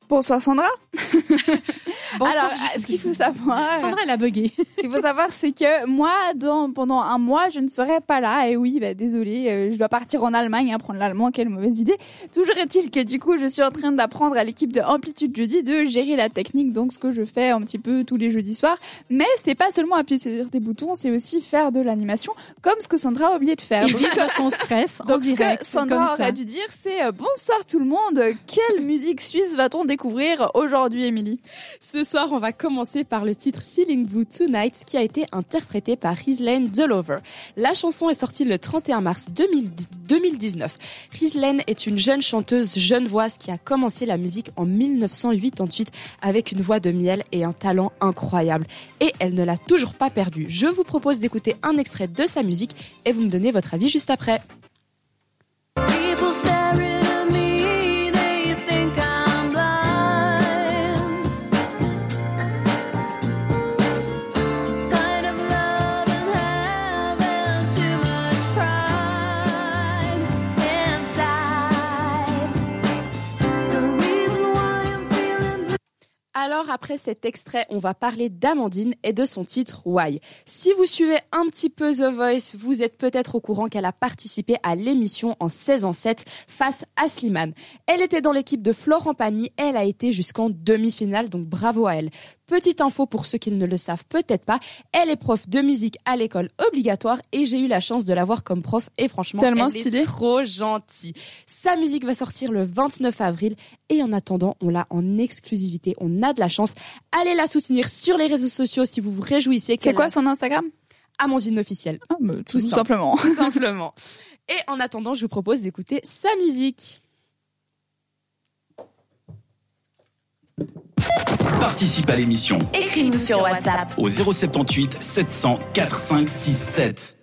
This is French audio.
Bonsoir Sandra. Bonsoir. Alors, ce qu'il faut savoir... Sandra, elle a bugué. Ce qu'il faut savoir, c'est que moi, pendant un mois, je ne serai pas là. Et oui, désolée, je dois partir en Allemagne, apprendre l'allemand, quelle mauvaise idée. Toujours est-il que du coup, je suis en train d'apprendre à l'équipe de Amplitude Jeudi de gérer la technique, donc ce que je fais un petit peu tous les jeudis soirs. Mais c'était pas seulement appuyer sur des boutons, c'est aussi faire de l'animation, comme ce que Sandra a oublié de faire. Et vivre son stress en donc direct. Ce que Sandra aurait dû dire, c'est bonsoir tout le monde. Quelle musique suisse va-t-on découvrir aujourd'hui, Émilie? Ce soir, on va commencer par le titre Feeling Blue Tonight qui a été interprété par Ghislaine Delover. La chanson est sortie le 31 mars 2019. Ghislaine est une jeune chanteuse genevoise qui a commencé la musique en 1988 avec une voix de miel et un talent incroyable. Et elle ne l'a toujours pas perdu. Je vous propose d'écouter un extrait de sa musique et vous me donnez votre avis juste après. Alors après cet extrait, on va parler d'Amandine et de son titre Why. Si vous suivez un petit peu The Voice, vous êtes peut-être au courant qu'elle a participé à l'émission en 16-7 face à Slimane. Elle était dans l'équipe de Florent Pagny et elle a été jusqu'en demi-finale, donc bravo à elle. Petite info pour ceux qui ne le savent peut-être pas, elle est prof de musique à l'école obligatoire et j'ai eu la chance de la voir comme prof et franchement, tellement elle stylé. Est trop gentille. Sa musique va sortir le 29 avril et en attendant, on l'a en exclusivité, on a de la chance. Allez la soutenir sur les réseaux sociaux si vous vous réjouissez. C'est quoi son Instagram? Amandine officielle. Ah, tout simplement. Tout simplement. Et en attendant, je vous propose d'écouter sa musique. Participe à l'émission. Écris-nous sur WhatsApp Au 078 700 4567.